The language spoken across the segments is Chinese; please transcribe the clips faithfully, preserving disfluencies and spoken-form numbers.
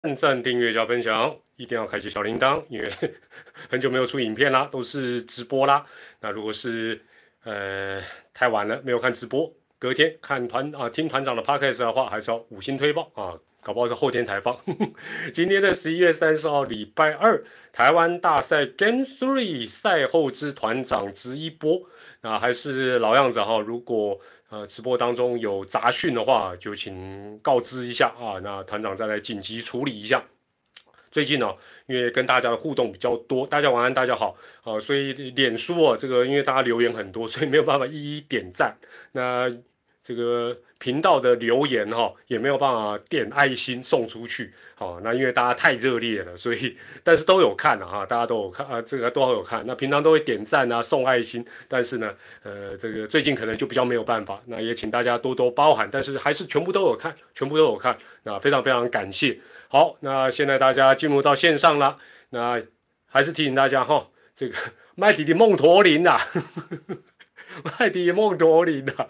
按赞、订阅加分享，一定要开启小铃铛，因为很久没有出影片啦，都是直播啦。那如果是呃太晚了没有看直播，隔天看团啊听团长的 podcast 的话，还是要五星推爆啊，搞不好是后天才放。今天的十一月三十号，礼拜二，台湾大赛 Game Three 赛后之团长直一播。那还是老样子哈，如果呃直播当中有杂讯的话，就请告知一下啊。那团长再来紧急处理一下。最近呢、哦，因为跟大家的互动比较多，大家晚安，大家好啊、呃，所以脸书哦，这个因为大家留言很多，所以没有办法一一点赞。那这个频道的留言哈、哦，也没有办法点爱心送出去。好、哦，那因为大家太热烈了，所以但是都有看啊，哈，大家都有看啊，这个都有看。那平常都会点赞啊，送爱心，但是呢，呃，这个最近可能就比较没有办法。那也请大家多多包涵，但是还是全部都有看，全部都有看。那非常非常感谢。好，那现在大家进入到线上了，那还是提醒大家哈，这个麦迪的梦驼铃啊，麦迪梦驼铃啊，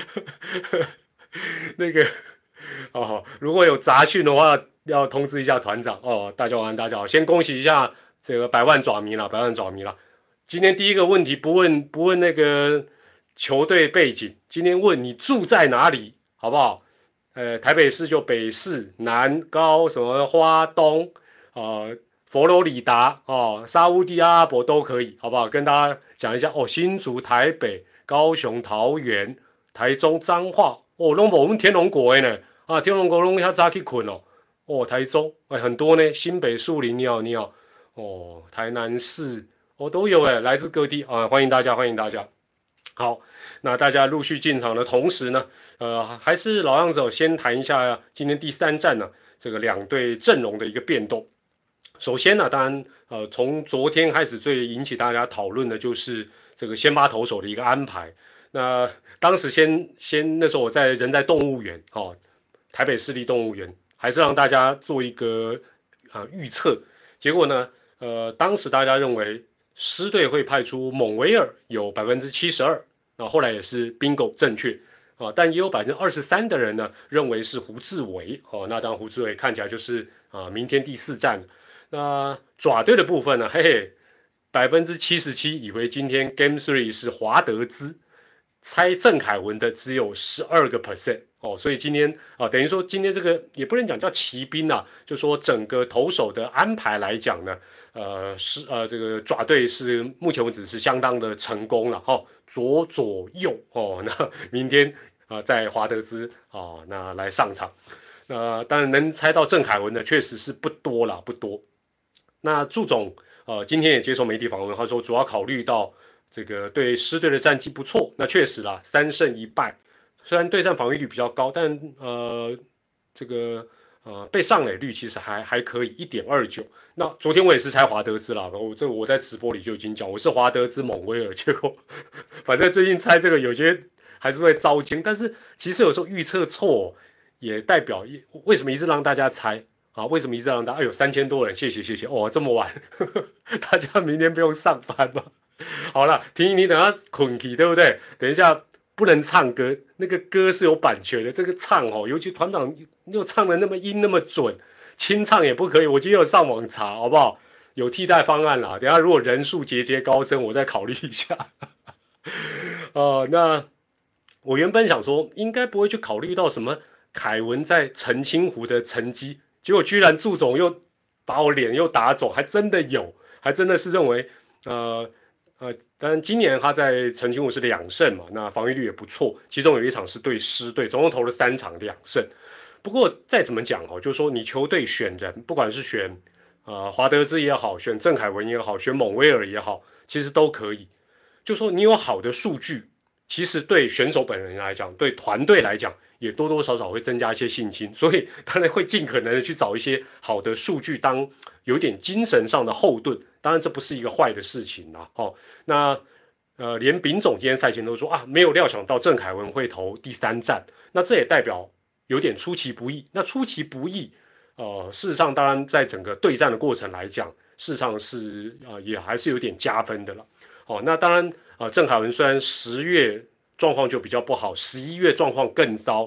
那个哦，如果有杂讯的话，要通知一下团长哦。大家晚安，大家好，先恭喜一下这个百万爪迷了，百万爪迷了。今天第一个问题不问不问那个球队背景，今天问你住在哪里，好不好？呃，台北市就北市、南高什么花东，呃，佛罗里达哦，沙乌地阿拉伯都可以，好不好？跟大家讲一下哦，新竹、台北、高雄、桃园、台中、彰化，哦，拢我们天龙国的呢，啊，天龙国拢遐早去困哦，哦，台中哎很多呢，新北树林你好你好，哦，台南市哦都有哎，来自各地啊，欢迎大家欢迎大家。好，那大家陆续进场的同时呢，呃，还是老样子、哦，先谈一下今天第三站呢，这个两队阵容的一个变动。首先呢，当然，呃，从昨天开始最引起大家讨论的就是这个先发投手的一个安排。那当时先先那时候我在人在动物园，哦，台北市立动物园，还是让大家做一个啊、呃、预测。结果呢，呃，当时大家认为狮队会派出蒙维尔，有百分之七十二，那后来也是 bingo 正确啊，但也有百分之二十三的人呢认为是胡志伟哦，那当然胡志伟看起来就是啊明天第四站。那爪队的部分呢，嘿嘿，百分之七十七以为今天 Game Three 是华德兹，猜郑凯文的只有十二个 percent 哦，所以今天啊，等于说今天这个也不能讲叫骑兵啊，就说整个投手的安排来讲呢，呃是呃这个爪队是目前为止是相当的成功了哈、哦，左左右哦，那明天啊、呃、在华德兹啊、哦、那来上场，那当然能猜到郑凯文的确实是不多啦，不多。那祝总呃今天也接受媒体访问，他说主要考虑到这个对狮队的战绩不错，那确实啦，三胜一败，虽然对战防御率比较高，但呃这个呃被上垒率其实还还可以，一点二九。那昨天我也是猜华德兹啦，我这我在直播里就已经讲，我是华德兹蒙威尔，结果反正最近猜这个有些还是会遭奸，但是其实有时候预测错也代表为什么一直让大家猜。啊，为什么一直让大家？哎呦，三千多人，谢谢谢谢哦，这么晚，呵呵大家明天不用上班吗？好了，婷你等下困起对不对？等一下不能唱歌，那个歌是有版权的，这个唱哦，尤其团长又唱的那么音那么准，清唱也不可以。我今天有上网查，好不好？有替代方案啦。等下如果人数节节高升，我再考虑一下。哦、呃，那我原本想说，应该不会去考虑到什么凯文在澄清湖的成绩。结果居然祝总又把我脸又打肿，还真的有，还真的是认为，呃呃，当然今年他在澄清湖是两胜嘛，那防御率也不错，其中有一场是对狮队，总共投了三场两胜。不过再怎么讲哦，就是说你球队选人，不管是选呃华德兹也好，选郑凯文也好，选蒙威尔也好，其实都可以。就说你有好的数据，其实对选手本人来讲，对团队来讲。也多多少少会增加一些信心，所以当然会尽可能的去找一些好的数据当有点精神上的后盾。当然这不是一个坏的事情啦。哦，那呃连丙总今天赛前都说啊，没有料想到郑凯文会投第三战，那这也代表有点出其不意。那出其不意，呃，事实上当然在整个对战的过程来讲，事实上是啊、呃、也还是有点加分的了。哦，那当然啊、呃，郑凯文虽然十月。状况就比较不好，十一月状况更糟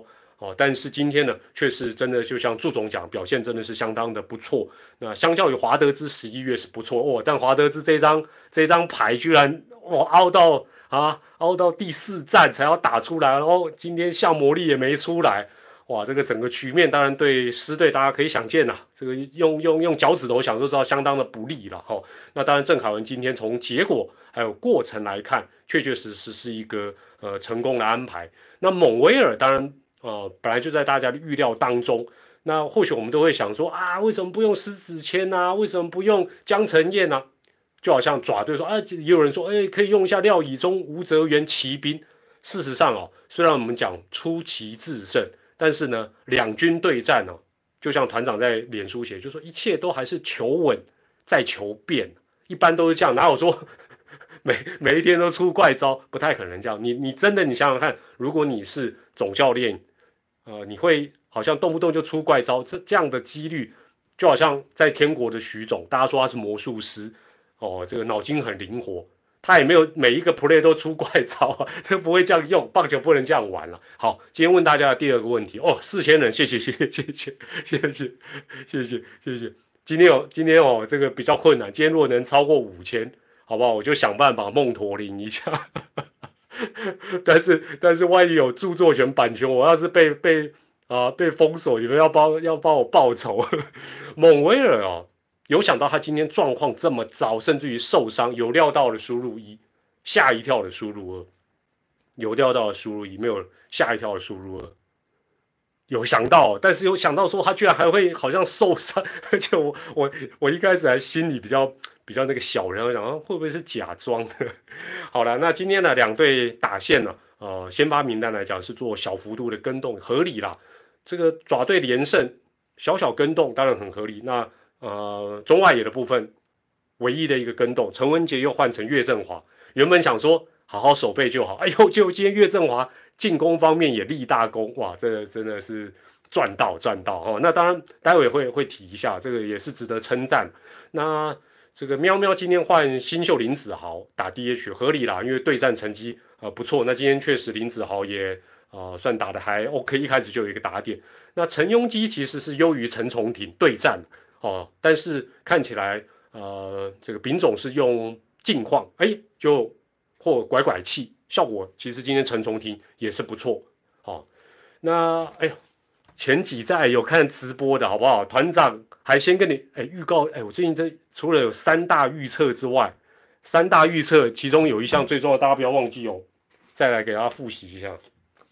哦，但是今天呢，却是真的就像祝总讲，表现真的是相当的不错。那相较于华德兹十一月是不错哦，但华德兹这张这张牌居然哇凹到啊凹到第四站才要打出来，然后今天像魔力也没出来，哇，这个整个局面当然对狮队大家可以想见呐，这个用用用脚趾头想就知道相当的不利了哈、哦。那当然郑凯文今天从结果还有过程来看，确确实实是一个呃成功的安排。那蒙威尔当然。呃，本来就在大家的预料当中。那或许我们都会想说啊，为什么不用施子谦啊？为什么不用江承燕啊？就好像爪队说，啊，也有人说，哎，可以用一下廖以中、吴泽元骑兵。事实上哦，虽然我们讲出奇制胜，但是呢，两军对战哦，就像团长在脸书写，就说一切都还是求稳再求变，一般都是这样，哪有说每每一天都出怪招？不太可能这样。你你真的你想想看，如果你是总教练。呃，你会好像动不动就出怪招，这这样的几率，就好像在天国的徐总，大家说他是魔术师，哦，这个脑筋很灵活，他也没有每一个 play 都出怪招啊，这不会这样用，棒球不能这样玩了。好，今天问大家的第二个问题，哦，四千人，谢谢谢谢谢谢谢谢谢谢谢谢，今天有今天哦，这个比较困难，今天如果能超过五千，好不好？我就想办法梦驼铃一下。但是但是万一有著作权版权，我要是被被啊、呃、被封锁，你们要帮要帮我报仇。蒙威尔哦，有想到他今天状况这么糟，甚至于受伤，有料到了输入一，吓一跳的输入二，有料到的输入一，没有吓一跳的输入二。有想到，但是有想到说他居然还会好像受伤，而且我我我一开始还心里比较比较那个小人，我想说会不会是假装的？好了，那今天呢两队打线呢，呃，先发名单来讲是做小幅度的更动，合理啦。这个爪队连胜，小小更动当然很合理。那呃中外野的部分，唯一的一个更动，陈文杰又换成岳振华，原本想说好好守备就好，哎呦，就今天岳振华。进攻方面也立大功，哇，这个真的是赚到赚到哦。那当然，待会会会提一下，这个也是值得称赞。那这个喵喵今天换新秀林子豪打 D H 合理啦，因为对战成绩呃不错。那今天确实林子豪也呃算打的还 OK， 一开始就有一个打点。那陈庸基其实是优于陈重廷对战哦，但是看起来呃这个丙总是用近况，哎就或拐拐气。效果其实今天陈重廷也是不错，哦，那哎呦，前几站有看直播的好不好？团长还先跟你哎预告，哎，我最近这除了有三大预测之外，三大预测其中有一项最重要，大家不要忘记哦，再来给大家复习一下，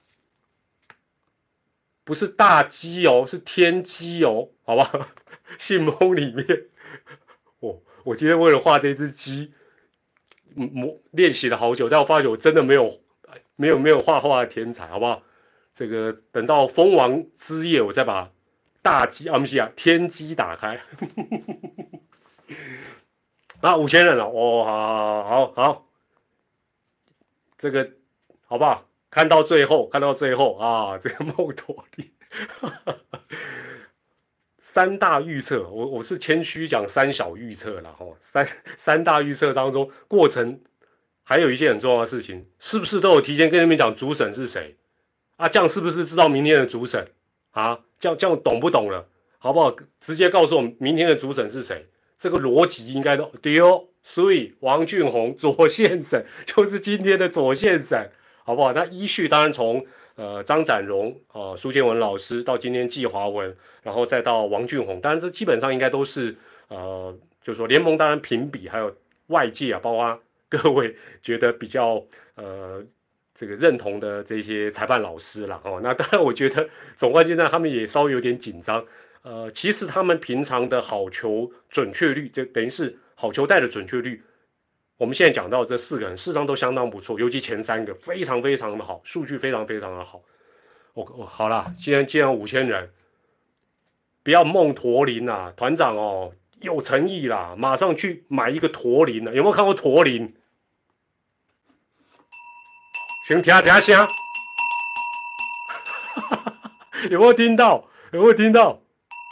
不是大鸡哦，是天鸡哦，好不好？信封里面，我、哦、我今天为了画这只鸡。模练习了好久，但我发觉我真的没有没有没有画画的天才，好不好？这个等到蜂王之夜，我再把大鸡啊不是啊天机打开。啊，五千人了，哦，好好好，这个好不好？看到最后，看到最后啊，这个梦驼铃。三大预测，我我是谦虚讲三小预测了哈。三三大预测当中，过程还有一件很重要的事情，是不是都有提前跟你们讲主审是谁啊？这样是不是知道明天的主审啊？这样这样懂不懂了？好不好？直接告诉我们明天的主审是谁？这个逻辑应该都对哦。所以王俊宏左线审就是今天的左线审，好不好？那依序当然从。呃，张展荣啊、呃，苏建文老师到今天季华文，然后再到王俊宏，当然这基本上应该都是呃，就是说联盟当然评比，还有外界啊，包括各位觉得比较呃这个认同的这些裁判老师啦哦。那当然，我觉得总冠军战他们也稍微有点紧张。呃，其实他们平常的好球准确率，就等于是好球带的准确率。我们现在讲到这四个人，事实上都相当不错，尤其前三个非常非常的好，数据非常非常的好。我、哦、我、哦、好啦，既然既然五千人，不要梦驼铃啊，团长哦，有诚意啦，马上去买一个驼铃了。有没有看过驼铃？行，听听声，有没有听到？有没有听到？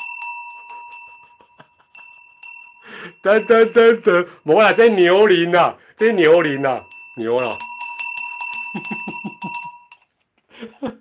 等等等等，无啦，这牛铃啦，这牛铃啦，牛啦。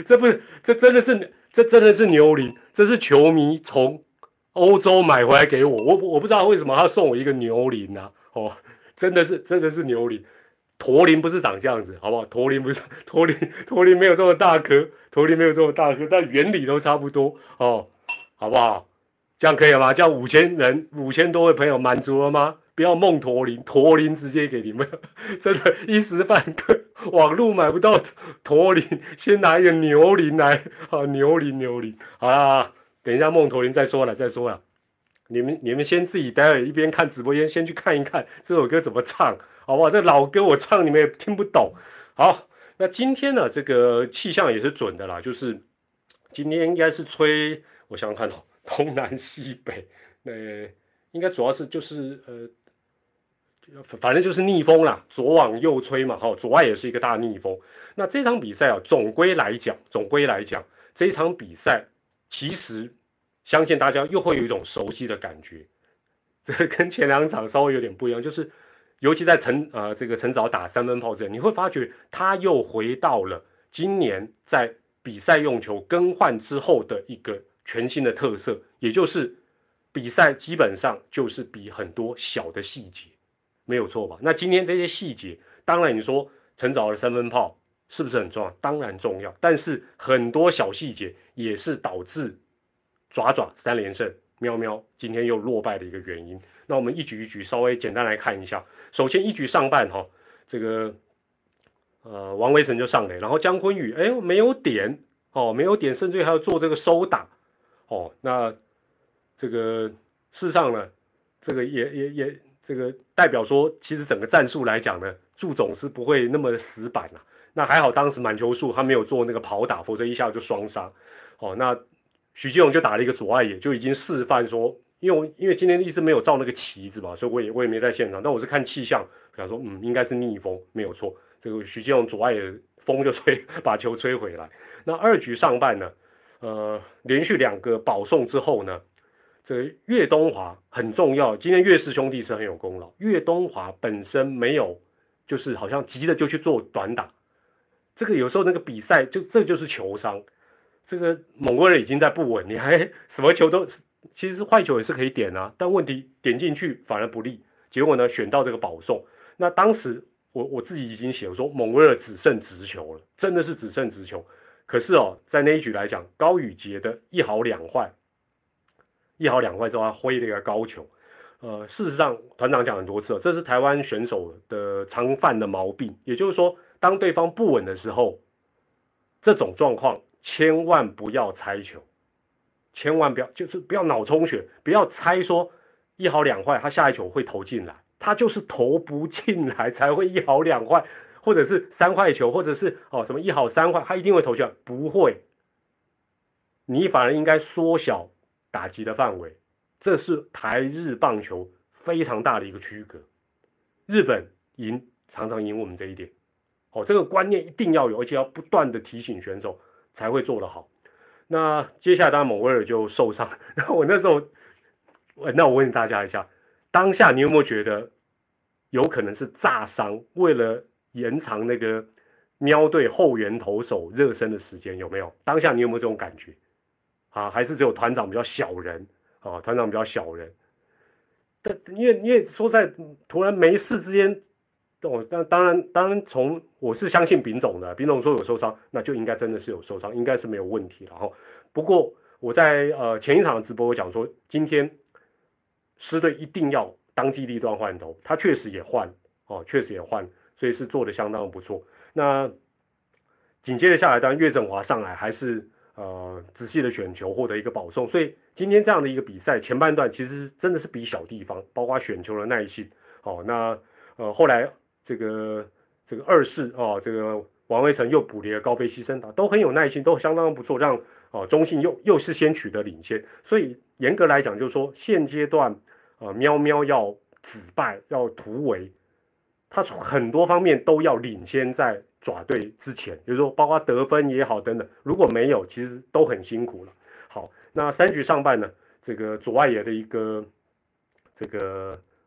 这不是，这真的是，这真的是牛铃，这是球迷从欧洲买回来给我，我我不知道为什么他送我一个牛铃啊，哦，真的是真的是牛铃，驼铃不是长这样子，好不好？驼铃不是驼铃，驼铃没有这么大颗，驼铃没有这么大颗，但原理都差不多哦，好不好？这样可以了吗？这样五千人五千多位朋友满足了吗？不要梦驼铃，驼铃直接给你们，真的，一时半刻网络买不到驼铃，先拿一个牛铃来，好，牛铃牛铃，好啦，等一下梦驼铃再说了再说了，你们你们先自己待会一边看直播间，先去看一看这首歌怎么唱，好不好？这老歌我唱你们也听不懂。好，那今天呢，这个气象也是准的啦，就是今天应该是吹，我想想看哦，东南西北，呃，应该主要是就是呃。反正就是逆风啦，左往右吹嘛，哈，左外也是一个大逆风。那这场比赛啊，总归来讲，总归来讲，这一场比赛其实相信大家又会有一种熟悉的感觉，这个跟前两场稍微有点不一样，就是尤其在陈呃这个陈早打三分炮之前，你会发觉他又回到了今年在比赛用球更换之后的一个全新的特色，也就是比赛基本上就是比很多小的细节。没有错吧？那今天这些细节，当然你说陈早的三分炮是不是很重要？当然重要，但是很多小细节也是导致爪爪三连胜、喵喵今天又落败的一个原因。那我们一局一局稍微简单来看一下。首先一局上半哈，这个呃王威成就上垒，然后江坤宇哎没有点哦，没有点，甚至还要做这个收打哦。那这个事实上呢，这个也也也。这个代表说，其实整个战术来讲呢，祝总是不会那么死板啦。那还好，当时满球数他没有做那个跑打，否则一下就双杀。哦，那许基宏就打了一个左外野，就已经示范说，因为因为今天一直没有照那个旗子嘛，所以我也我也没在现场，但我是看气象，想说嗯应该是逆风，没有错。这个许基宏左外野风就吹把球吹回来。那二局上半呢，呃，连续两个保送之后呢。这个岳东华很重要，今天岳氏兄弟是很有功劳。岳东华本身没有，就是好像急着就去做短打，这个有时候那个比赛就这就是球商。这个蒙威尔已经在不稳，你还什么球都，其实坏球也是可以点啊，但问题点进去反而不利。结果呢，选到这个保送。那当时我我自己已经写，我说蒙威尔只剩直球了，真的是只剩直球。可是哦，在那一局来讲，高宇杰的一好两坏。一好两坏之后，他挥了一个高球。呃，事实上，团长讲很多次了，这是台湾选手的常犯的毛病。也就是说，当对方不稳的时候，这种状况千万不要猜球，千万不要就是不要脑充血，不要猜说一好两坏，他下一球会投进来，他就是投不进来才会一好两坏，或者是三坏球，或者是哦什么一好三坏，他一定会投进来，不会。你反而应该缩小打击的范围，这是台日棒球非常大的一个区隔。日本赢常常赢我们这一点，哦，这个观念一定要有，而且要不断的提醒选手才会做得好。那接下来当然蒙威尔就受伤，然后我那时候，那我问大家一下，当下你有没有觉得有可能是炸伤，为了延长那个喵队后援投手热身的时间，有没有？当下你有没有这种感觉？啊，还是只有团长比较小人啊？团长比较小人，但因为因为说实在，突然没事之间，哦，当当然当然从我是相信丙总的，丙总说有受伤，那就应该真的是有受伤，应该是没有问题了哈。不过我在呃前一场的直播我讲说，今天狮队一定要当机立断换头，他确实也换哦，确实也换，所以是做的相当不错。那紧接着下来，当然岳振华上来还是。呃，仔细的选球获得一个保送，所以今天这样的一个比赛前半段其实真的是比小地方，包括选球的耐性。哦，那呃后来这个这个二世哦，这个王威成又补了一个高飞牺牲打，都很有耐心，都相当不错，让哦中信又又是先取得领先。所以严格来讲，就是说现阶段呃喵喵要止败要突围，他很多方面都要领先在爪队之前，比如说包括得分也好等等，如果没有，其实都很辛苦了。好，那三局上半呢，这个左外野的一个这个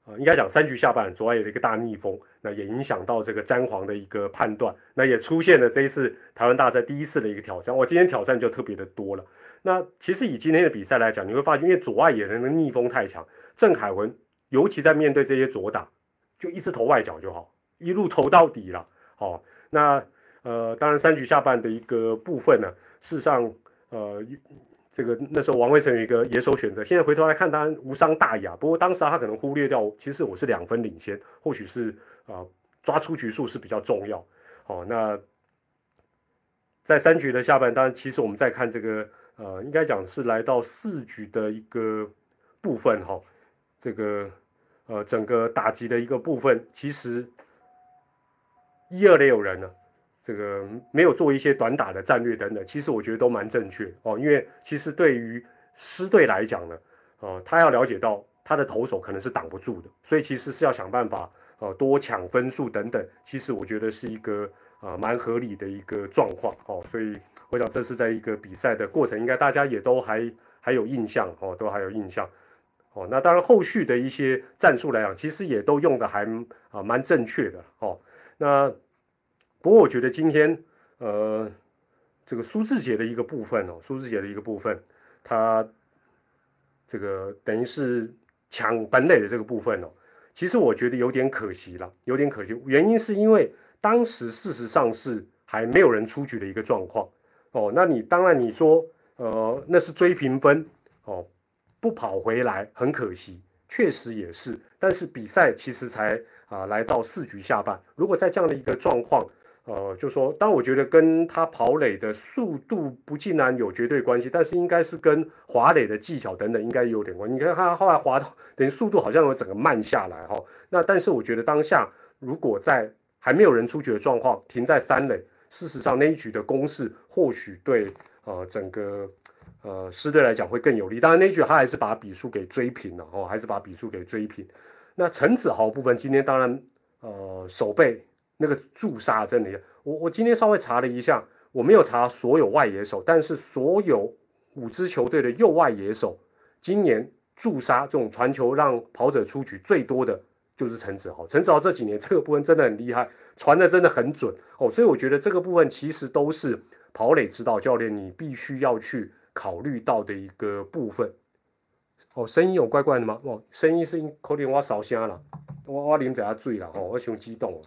呃，应该讲三局下半左外野的一个大逆风，那也影响到这个詹皇的一个判断，那也出现了这一次台湾大赛第一次的一个挑战。我今天挑战就特别的多了。那其实以今天的比赛来讲，你会发现，因为左外野的那个逆风太强，郑凯文尤其在面对这些左打，就一直投外角就好，一路投到底了。哦，那呃，当然三局下半的一个部分呢，事实上呃。这个那时候王威成有一个野手选择，现在回头来看，当然无伤大雅。不过当时他可能忽略掉，其实我是两分领先，或许是啊、呃、抓出局数是比较重要。哦，那在三局的下半，当然其实我们再看这个呃，应该讲是来到四局的一个部分哈、哦，这个呃整个打击的一个部分，其实一二垒有人了。这个没有做一些短打的战略等等，其实我觉得都蛮正确哦。因为其实对于狮队来讲呢，呃，他要了解到他的投手可能是挡不住的，所以其实是要想办法呃多抢分数等等。其实我觉得是一个呃蛮合理的一个状况哦。所以我想这是在一个比赛的过程，应该大家也都还还有印象哦，都还有印象哦。那当然后续的一些战术来讲，其实也都用的还啊蛮正确的哦。那不过我觉得今天，呃，这个苏智杰的一个部分哦，苏智杰的一个部分，他这个等于是抢本垒的这个部分哦，其实我觉得有点可惜了，有点可惜。原因是因为当时事实上是还没有人出局的一个状况哦。那你当然你说，呃，那是追平分哦，不跑回来很可惜，确实也是。但是比赛其实才啊、呃、来到四局下半，如果在这样的一个状况，呃，就说，当然我觉得跟他跑垒的速度不尽然有绝对关系，但是应该是跟滑垒的技巧等等应该有点关系。你看他后来滑到，等于速度好像有整个慢下来哈、哦。那但是我觉得当下如果在还没有人出局的状况，停在三垒，事实上那一局的攻势或许对呃整个呃狮队来讲会更有利。当然那一局他还是把比数给追平了哦，还是把比数给追平。那陈子豪部分今天当然呃守备。那个驻杀真的，我我今天稍微查了一下，我没有查所有外野手，但是所有五支球队的右外野手，今年驻杀这种传球让跑者出局最多的就是陈子豪。陈子豪这几年这个部分真的很厉害，传的真的很准哦，所以我觉得这个部分其实都是跑垒指导教练你必须要去考虑到的一个部分。哦，声音有怪怪的吗？哦，声音是可能我烧声了，我我啉一下水了哦，我伤激动了。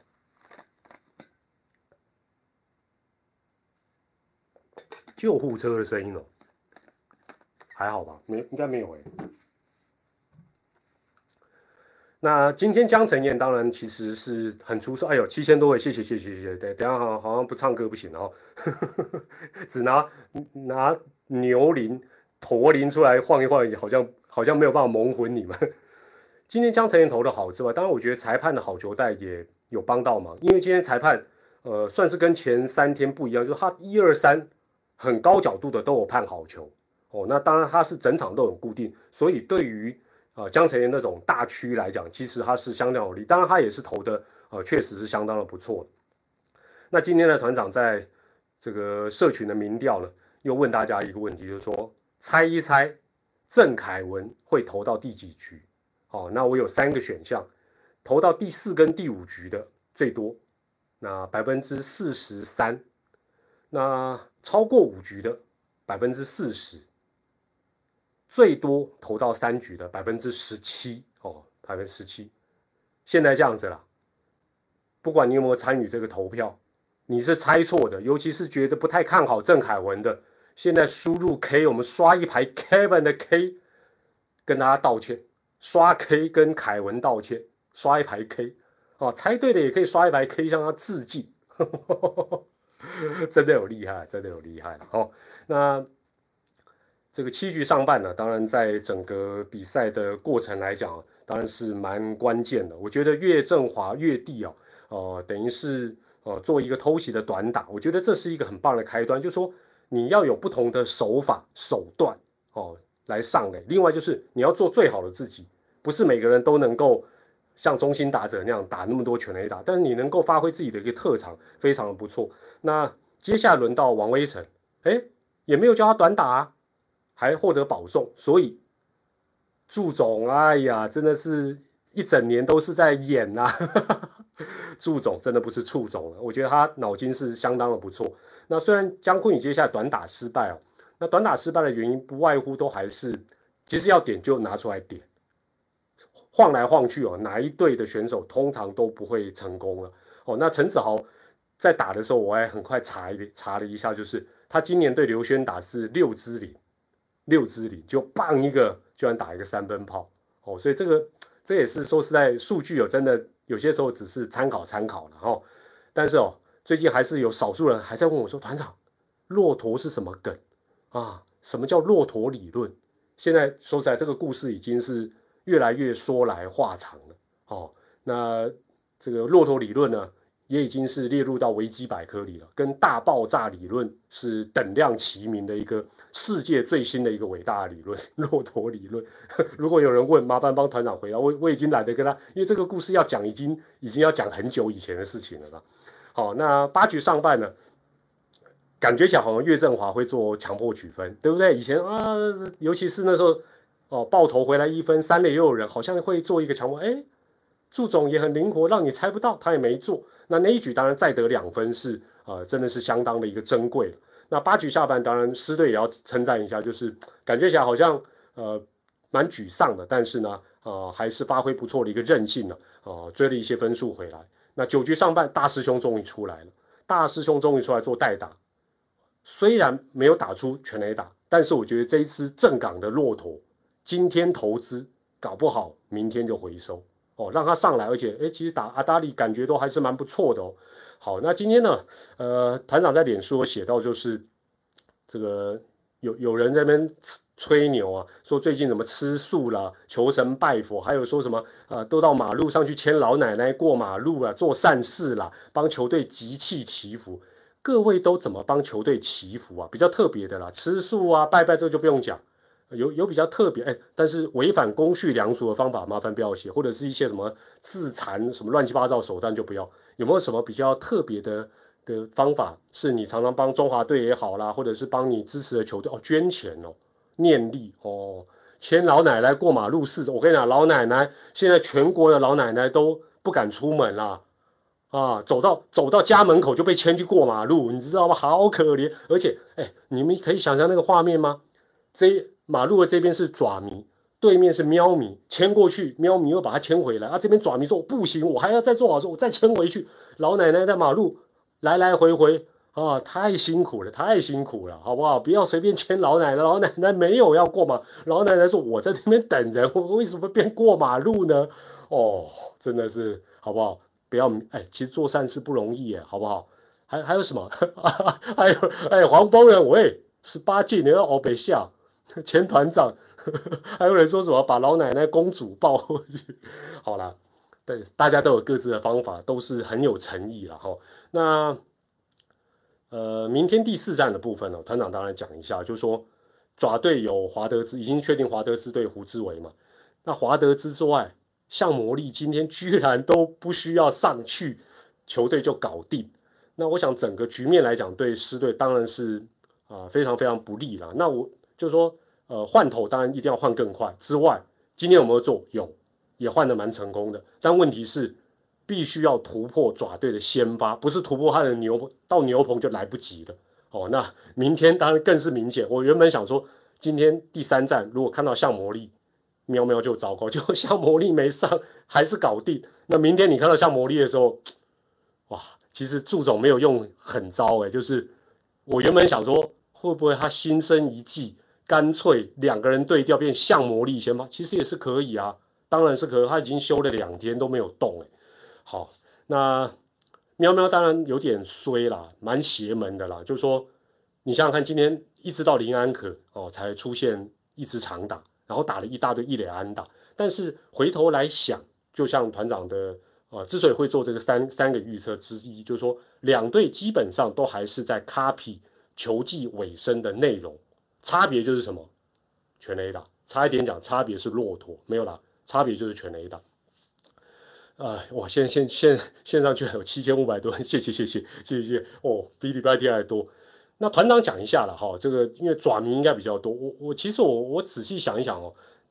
救护车的声音哦，还好吧？没，应该没有哎。那今天江承彦当然其实是很出色，哎呦，七千多位，谢谢谢谢谢谢。对，等下好好像不唱歌不行哦，只拿拿牛铃、驼铃出来晃一晃，好像好像没有办法蒙混你们。今天江承彦投的好之外，当然我觉得裁判的好球带也有帮到忙，因为今天裁判呃算是跟前三天不一样，就是他一二三。很高角度的都有判好球哦，那当然他是整场都很固定，所以对于呃江承彦那种大区来讲，其实他是相当有利。当然他也是投的呃确实是相当的不错。那今天的团长在这个社群的民调呢，又问大家一个问题，就是说猜一猜郑凯文会投到第几局？哦，那我有三个选项，投到第四跟第五局的最多，那百分之四十三。那超过五局的百分之四十，最多投到三局的百分之十七哦，百分之十七。现在这样子啦，不管你有没有参与这个投票，你是猜错的，尤其是觉得不太看好郑凯文的，现在输入 K， 我们刷一排 Kevin 的 K， 跟大家道歉，刷 K 跟凯文道歉，刷一排 K 哦，猜对的也可以刷一排 K 向他致敬。真的有厉害，真的有厉害哦。那这个七局上半呢，当然在整个比赛的过程来讲，当然是蛮关键的。我觉得岳振华、岳帝啊，呃，等于是呃做一个偷袭的短打，我觉得这是一个很棒的开端。就是说你要有不同的手法手段哦来上垒。另外就是你要做最好的自己，不是每个人都能够像中心打者那样打那么多全垒打，但是你能够发挥自己的一个特长，非常的不错。那接下来轮到王威成，哎，也没有叫他短打啊，还获得保送，所以祝总，哎呀，真的是一整年都是在演呐、啊。祝总真的不是处总了，我觉得他脑筋是相当的不错。那虽然姜昆宇接下来短打失败哦，那短打失败的原因不外乎都还是，其实要点就拿出来点，晃来晃去哦，哪一队的选手通常都不会成功了哦。那陈子豪在打的时候，我还很快查一查了一下，就是他今年对刘轩打是六支零，六支零就棒一个，居然打一个三分炮哦，所以这个这也是说实在，数据有真的有些时候只是参考参考了哦。但是哦，最近还是有少数人还在问我说，团长，骆驼是什么梗啊？什么叫骆驼理论？现在说实在，这个故事已经是越来越说来话长了哦。那这个骆驼理论呢，也已经是列入到维基百科里了，跟大爆炸理论是等量齐名的一个世界最新的一个伟大的理论——骆驼理论。如果有人问，麻烦帮团长回答。我我已经懒得跟他，因为这个故事要讲，已经已经要讲很久以前的事情了吧。好，那八局上半呢，感觉起来好像岳振华会做强迫取分，对不对？以前啊，尤其是那时候哦，爆头回来一分，三垒又有人，好像会做一个强迫，哎。祝总也很灵活，让你猜不到，他也没做。那那一局当然再得两分是呃，真的是相当的一个珍贵了。那八局下半，当然狮队也要称赞一下，就是感觉起来好像呃蛮沮丧的，但是呢，呃还是发挥不错的一个韧性呢，呃追了一些分数回来。那九局上半，大师兄终于出来了，大师兄终于出来做代打，虽然没有打出全垒打，但是我觉得这一支正港的骆驼，今天投资搞不好明天就回收。哦，让他上来，而且，哎，其实打阿达里感觉都还是蛮不错的哦。好，那今天呢，呃，团长在脸书有写到，就是这个有有人在那边吹牛啊，说最近怎么吃素啦，求神拜佛，还有说什么呃，都到马路上去牵老奶奶过马路啦，做善事啦，帮球队集气祈福。各位都怎么帮球队祈福啊？比较特别的啦，吃素啊，拜拜这个就不用讲。有有比较特别哎，但是违反公序良俗的方法，麻烦不要写，或者是一些什么自残什么乱七八糟手段就不要。有没有什么比较特别的的方法，是你常常帮中华队也好啦，或者是帮你支持的球队哦，捐钱哦，念力哦，牵老奶奶过马路是，我跟你讲，老奶奶现在全国的老奶奶都不敢出门啦。啊，走到走到家门口就被牵去过马路，你知道吗？好可怜，而且，哎，你们可以想象那个画面吗？这马路的这边是爪迷，对面是喵迷，牵过去，喵迷又把它牵回来。啊，这边爪迷说不行，我还要再做好事，我再牵回去。老奶奶在马路来来回回啊，太辛苦了，太辛苦了，好不好？不要随便牵老奶奶，老奶奶没有要过马，老奶奶说我在这边等人，我为什么变过马路呢？哦，真的是好不好？不要哎，其实做善事不容易耶，好不好？还还有什么？还有哎，黄包人喂，十八禁你要欧北下。前团长，还有人说什么把老奶奶公主抱过去，好啦，对，大家都有各自的方法，都是很有诚意了哈。那呃，明天第四站的部分呢、哦，团长当然讲一下，就是说爪队有华德兹，已经确定华德兹对胡志伟嘛。那华德兹之外，像魔力今天居然都不需要上去，球队就搞定。那我想整个局面来讲，对狮队当然是啊、呃、非常非常不利了。那我就是说，呃，换头当然一定要换更快。之外，今天有没有做？有，也换得蛮成功的。但问题是，必须要突破爪队的先发，不是突破他的牛到牛棚就来不及了。哦，那明天当然更是明显。我原本想说，今天第三站如果看到像魔力，喵喵就糟糕，就像魔力没上，还是搞定。那明天你看到像魔力的时候，哇，其实祝总没有用很糟哎，就是我原本想说，会不会他心生一计？干脆两个人对调变像魔力先发，其实也是可以啊，当然是可以。他已经休了两天都没有动哎。好，那喵喵当然有点衰啦，蛮邪门的啦。就是说，你想想看，今天一直到林安可哦才出现一支长打，然后打了一大堆一垒安打。但是回头来想，就像团长的呃，之所以会做这个三三个预测之一，就是说两队基本上都还是在 copy 球季尾声的内容。差别就是什么？全垒打，差一点讲，差别是骆驼，没有啦，差别就是全垒打。啊、呃，哇，现现现线上居然有七千五百多人，谢谢谢谢谢谢哦，比礼拜天还多。那团长讲一下了哈，这个因为爪迷应该比较多，我我其实我我仔细想一想哦，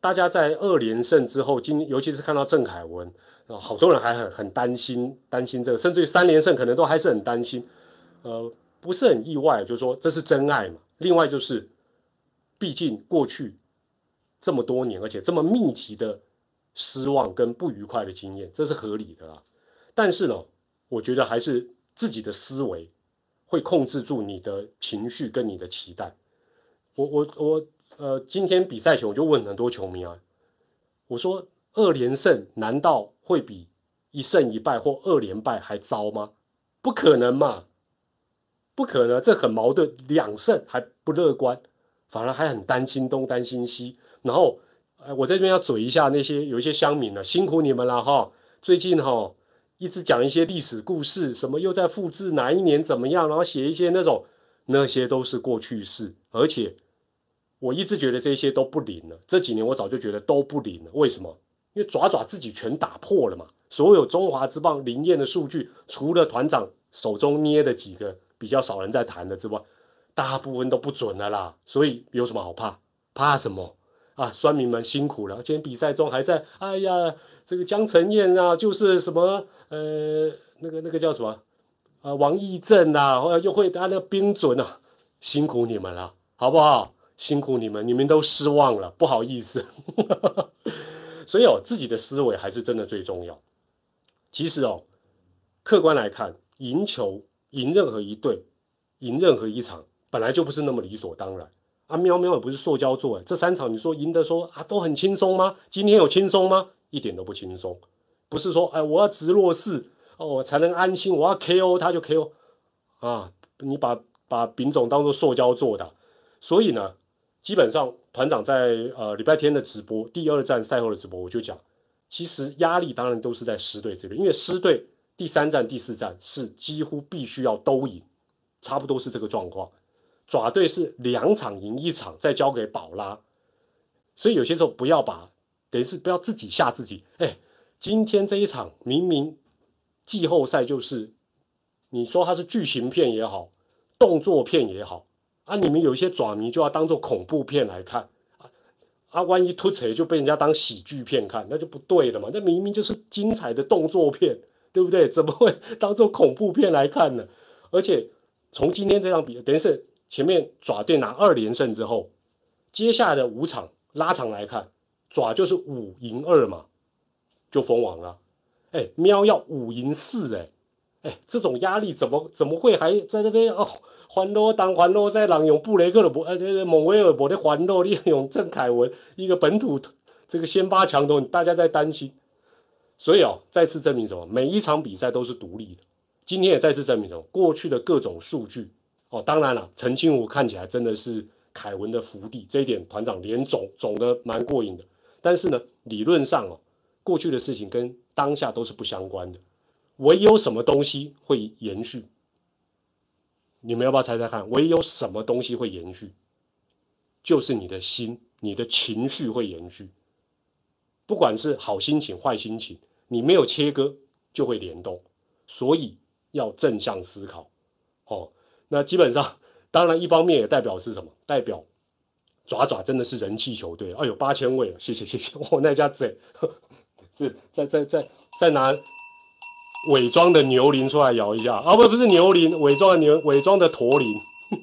大家在二连胜之后，今尤其是看到郑凯文，啊，好多人还很很担心，担心这个，甚至于三连胜可能都还是很担心，呃，不是很意外，就是说这是真爱嘛。另外就是，毕竟过去这么多年，而且这么密集的失望跟不愉快的经验，这是合理的啦。但是呢，我觉得还是自己的思维会控制住你的情绪跟你的期待。我我我呃，今天比赛前我就问很多球迷啊，我说二连胜难道会比一胜一败或二连败还糟吗？不可能嘛，不可能，这很矛盾。两胜还不乐观，反而还很担心东担心西。然后，呃，我在这边要嘴一下那些有一些乡民呢，辛苦你们了哈。最近哈一直讲一些历史故事，什么又在复制哪一年怎么样，然后写一些那种，那些都是过去式，而且。我一直觉得这些都不灵了，这几年我早就觉得都不灵了。为什么？因为爪爪自己全打破了嘛。所有中华职棒灵验的数据，除了团长手中捏的几个比较少人在谈的之外，大部分都不准了啦。所以有什么好怕？怕什么啊？酸民们辛苦了，今天比赛中还在，哎呀，这个江承彦啊，就是什么呃，那个那个叫什么啊，王义正啊，又会他那个冰准啊，辛苦你们了，好不好？辛苦你们，你们都失望了，不好意思。所以哦，自己的思维还是真的最重要。其实哦，客观来看，赢球、赢任何一队、赢任何一场，本来就不是那么理所当然啊。喵喵也不是塑胶做，这三场你说赢的说啊都很轻松吗？今天有轻松吗？一点都不轻松。不是说哎我要直落四哦我才能安心，我要 K O 他就 K O 啊，你把把丙总当做塑胶做的，所以呢。基本上，团长在呃礼拜天的直播，第二站赛后的直播，我就讲，其实压力当然都是在狮队这边，因为狮队第三站、第四站是几乎必须要都赢，差不多是这个状况。爪队是两场赢一场，再交给宝拉，所以有些时候不要把，等于是不要自己吓自己。哎，今天这一场明明季后赛就是，你说它是剧情片也好，动作片也好。啊，你们有一些爪迷就要当做恐怖片来看啊，啊，万一突锤就被人家当喜剧片看，那就不对了嘛。那明明就是精彩的动作片，对不对？怎么会当做恐怖片来看呢？而且从今天这场比，等于是前面爪队拿二连胜之后，接下来的五场拉长来看，爪就是五赢二嘛，就封王了。哎，喵要五赢四，哎，哎，这种压力怎么怎么会还在那边哦？欢乐当欢乐赛，人用布雷克的不呃蒙威尔伯的欢乐，你用郑凯文一个本土这个先发强投，大家在担心。所以哦，再次证明什么？每一场比赛都是独立的。今天也再次证明什么？过去的各种数据哦，当然了，澄清湖看起来真的是凯文的福地，这一点团长连总总的蛮过瘾的。但是呢，理论上哦，过去的事情跟当下都是不相关的。唯有什么东西会延续？你们要不要猜猜看？唯有什么东西会延续？就是你的心，你的情绪会延续。不管是好心情、坏心情，你没有切割就会联动。所以要正向思考。哦，那基本上，当然一方面也代表是什么？代表爪爪真的是人气球队。哎呦，八千位了，谢谢谢谢。我、哦、那家贼，是再再再再拿。伪装的牛铃出来摇一下啊，不不是牛铃，伪装的牛，伪装的驼铃。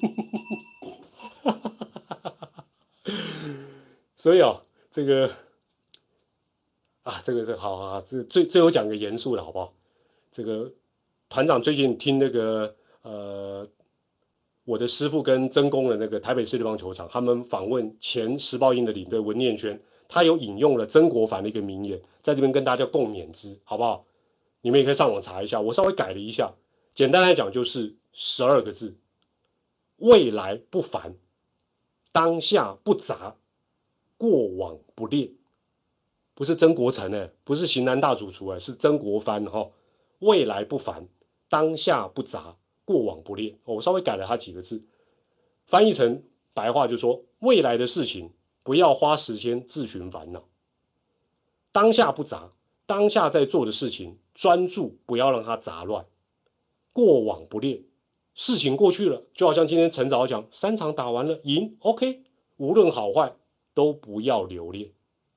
所以哦，这个啊，这个这好啊，这最最后讲个严肃的好不好？这个团长最近听那个呃，我的师傅跟曾公的那个台北市立棒球场，他们访问前时报鹰的领队文念轩，他有引用了曾国藩的一个名言，在这边跟大家共勉之，好不好？你们也可以上网查一下，我稍微改了一下，简单来讲就是十二个字：未来不烦，当下不杂，过往不恋。不是曾国成哎，不是型男大主厨哎，是曾国藩哈、哦。未来不烦，当下不杂，过往不恋。哦、我稍微改了他几个字，翻译成白话就说：未来的事情不要花时间自寻烦恼，当下不杂。当下在做的事情，专注，不要让它杂乱。过往不恋，事情过去了，就好像今天陈早讲，三场打完了，赢 ，OK， 无论好坏都不要留恋。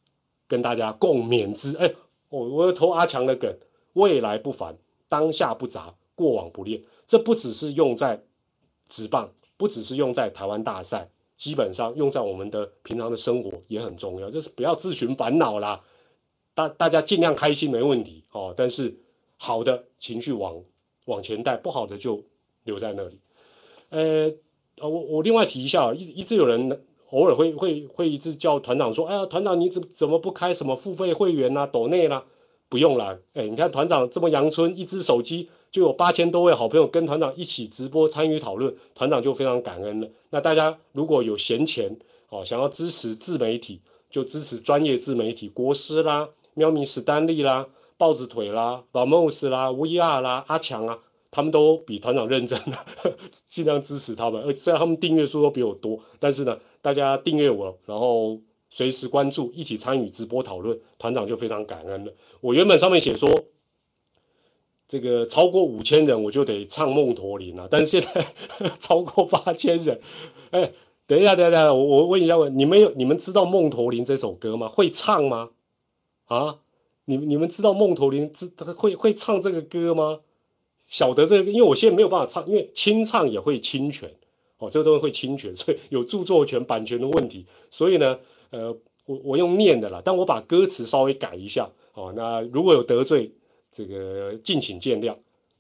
跟大家共勉之。哎，我我要投阿强的梗，未来不凡，当下不杂，过往不恋。这不只是用在职棒，不只是用在台湾大赛，基本上用在我们的平常的生活也很重要，就是不要自寻烦恼啦。大大家尽量开心没问题哦，但是好的情绪往往前带，不好的就留在那里。呃，我我另外提一下，一一直有人偶尔会会会一直叫团长说，哎呀，团长你怎怎么不开什么付费会员啊，抖内啦？不用啦，哎，你看团长这么阳春，一只手机就有八千多位好朋友跟团长一起直播参与讨论，团长就非常感恩了。那大家如果有闲钱哦，想要支持自媒体，就支持专业自媒体，国师啦。喵咪史丹利啦、豹子腿啦、老 Mos 啦、V R 啦、阿强啊，他们都比团长认真啊，尽量支持他们。虽然他们订阅数都比我多，但是呢，大家订阅我，然后随时关注，一起参与直播讨论，团长就非常感恩了。我原本上面写说，这个超过五千人我就得唱梦驼铃了，但是现在超过八千人，哎，等一下，等一下，我我问一下，你们有你们知道《梦驼铃》这首歌吗？会唱吗？啊，你你们知道梦驼铃知会会唱这个歌吗？晓得这个，因为我现在没有办法唱，因为清唱也会侵权哦，这个东西会侵权，所以有著作权、版权的问题。所以呢，呃，我我用念的啦，但我把歌词稍微改一下哦。那如果有得罪，这个敬请见谅。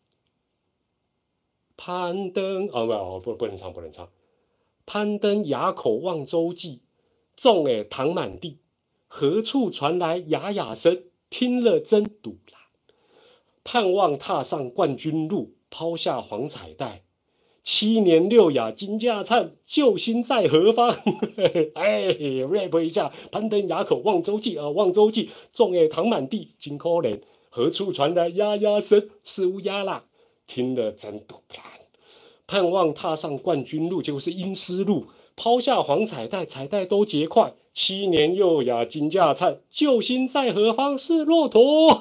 攀登啊，不不不能唱，不能唱。攀登崖口望洲际，众诶糖满地。何处传来哑哑声？听了真堵然。盼望踏上冠军路，抛下黄彩带。七年六亚金家灿，救星在何方？哎 ，rap 一下，攀登崖口望洲际啊，望洲际，众诶糖满地，真可怜。何处传来哑哑声？是乌鸦啦，听了真堵然。盼望踏上冠军路，结果是阴湿路。抛下黄彩带，彩带都结块。七年幼雅金价灿，救星在何方？是骆驼。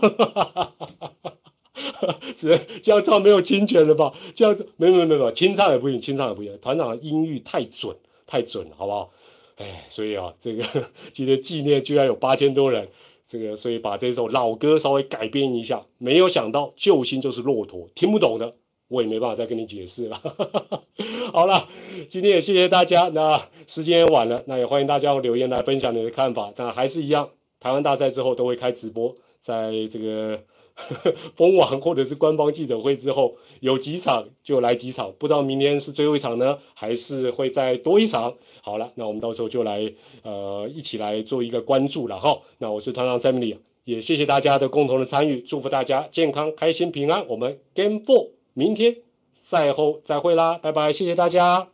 这这样唱没有侵权了吧？这样子没有没有没有，清唱也不行，清唱也不行。团长的音域太准，太准了，好不好？哎，所以啊，这个今天纪念居然有八千多人，这个所以把这首老歌稍微改编一下。没有想到救星就是骆驼，听不懂的。我也没办法再跟你解释了。好了，今天也谢谢大家。那时间也晚了，那也欢迎大家用留言来分享你的看法。那还是一样，台湾大赛之后都会开直播，在这个封网或者是官方记者会之后，有几场就来几场，不知道明天是最后一场呢，还是会再多一场。好了，那我们到时候就来呃一起来做一个关注了哈。那我是团长 Sammy， 也谢谢大家的共同的参与，祝福大家健康、开心、平安。我们 Game Four。明天赛后再会啦，拜拜，谢谢大家。